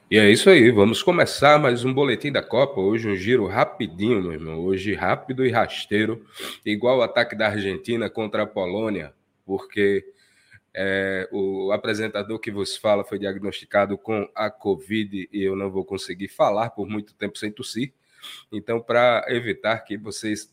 E é isso aí, vamos começar mais um Boletim da Copa. Hoje um giro rapidinho, meu irmão. Hoje rápido e rasteiro, igual o ataque da Argentina contra a Polônia, porque o apresentador que vos fala foi diagnosticado com a Covid e eu não vou conseguir falar por muito tempo sem tossir. Então, para evitar que vocês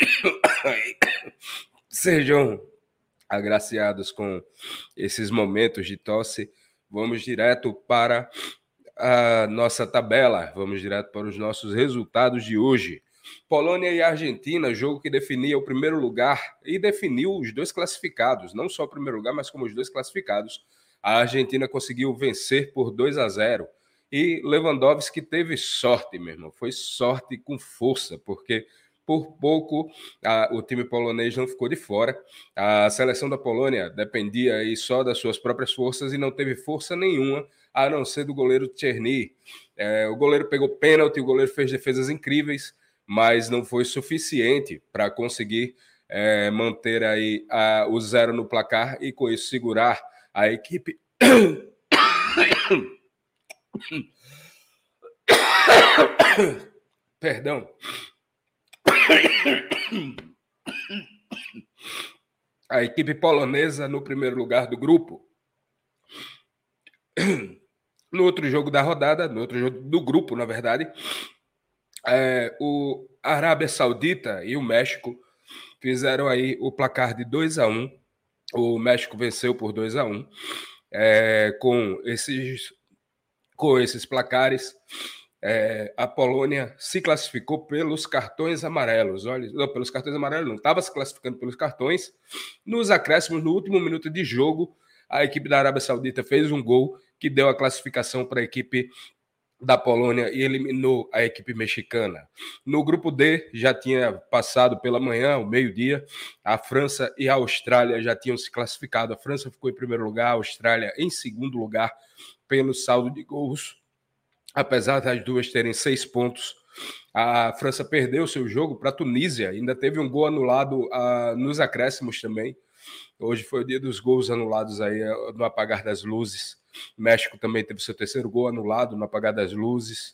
sejam agraciados com esses momentos de tosse, vamos direto para a nossa tabela. Vamos direto para os nossos resultados de hoje. Polônia e Argentina, jogo que definia o primeiro lugar e definiu os dois classificados, não só o primeiro lugar, mas como os dois classificados. A Argentina conseguiu vencer por 2-0 e Lewandowski teve sorte, meu irmão. Foi sorte com força, porque por pouco o time polonês não ficou de fora. A seleção da Polônia dependia aí só das suas próprias forças e não teve força nenhuma a não ser do goleiro Tcherny. O goleiro pegou pênalti, o goleiro fez defesas incríveis, mas não foi suficiente para conseguir manter aí o 0 no placar e com isso segurar a equipe. Perdão. A equipe polonesa no primeiro lugar do grupo. No outro jogo da rodada, no outro jogo do grupo, na verdade, o Arábia Saudita e o México fizeram aí o placar de 2-1. O México venceu por 2-1. Com esses placares, a Polônia se classificou pelos cartões amarelos. Olha, não, pelos cartões amarelos não, estava se classificando pelos cartões. Nos acréscimos, no último minuto de jogo, a equipe da Arábia Saudita fez um gol que deu a classificação para a equipe da Polônia e eliminou a equipe mexicana. No grupo D, já tinha passado pela manhã, ao meio-dia, a França e a Austrália já tinham se classificado. A França ficou em primeiro lugar, a Austrália em segundo lugar pelo saldo de gols. Apesar das duas terem 6 pontos, a França perdeu seu jogo para a Tunísia, ainda teve um gol anulado nos acréscimos também. Hoje foi o dia dos gols anulados aí no apagar das luzes. O México também teve seu terceiro gol anulado no apagar das luzes.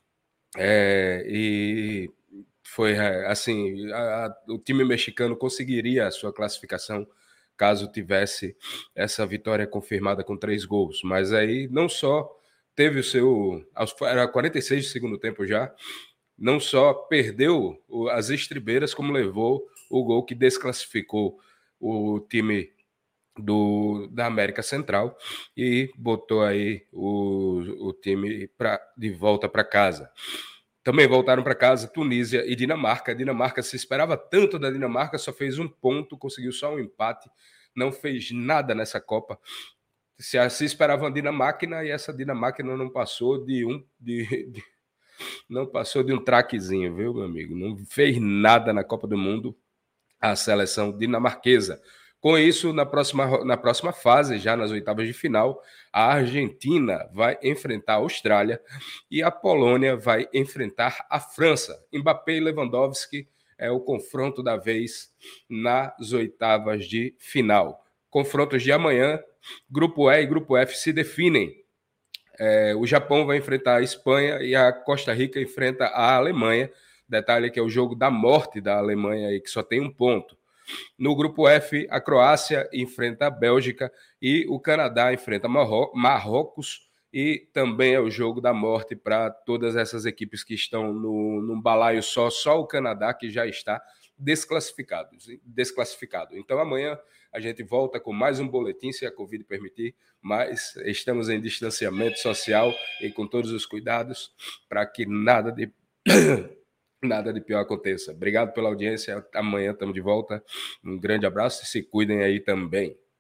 E foi assim, o time mexicano conseguiria a sua classificação caso tivesse essa vitória confirmada com 3 gols. Mas aí não só teve o seu... Era 46 de segundo tempo já. Não só perdeu as estribeiras, como levou o gol que desclassificou o time da América Central e botou aí o time de volta para casa. Também voltaram para casa Tunísia e Dinamarca. A Dinamarca se esperava tanto da Dinamarca, só fez 1 ponto, conseguiu só um empate, não fez nada nessa Copa. Se esperava uma Dinamáquina e essa Dinamáquina não passou não passou de um traquezinho, viu, meu amigo? Não fez nada na Copa do Mundo a seleção dinamarquesa. Com isso, na próxima fase, já nas oitavas de final, a Argentina vai enfrentar a Austrália e a Polônia vai enfrentar a França. Mbappé e Lewandowski é o confronto da vez nas oitavas de final. Confrontos de amanhã, Grupo E e Grupo F se definem. O Japão vai enfrentar a Espanha e a Costa Rica enfrenta a Alemanha. Detalhe que é o jogo da morte da Alemanha, aí, que só tem 1 ponto. No grupo F, a Croácia enfrenta a Bélgica e o Canadá enfrenta Marrocos. E também é o jogo da morte para todas essas equipes que estão num balaio só o Canadá que já está desclassificado. Então amanhã a gente volta com mais um boletim, se a Covid permitir, mas estamos em distanciamento social e com todos os cuidados para que nada de pior aconteça. Obrigado pela audiência. Amanhã estamos de volta. Um grande abraço e se cuidem aí também.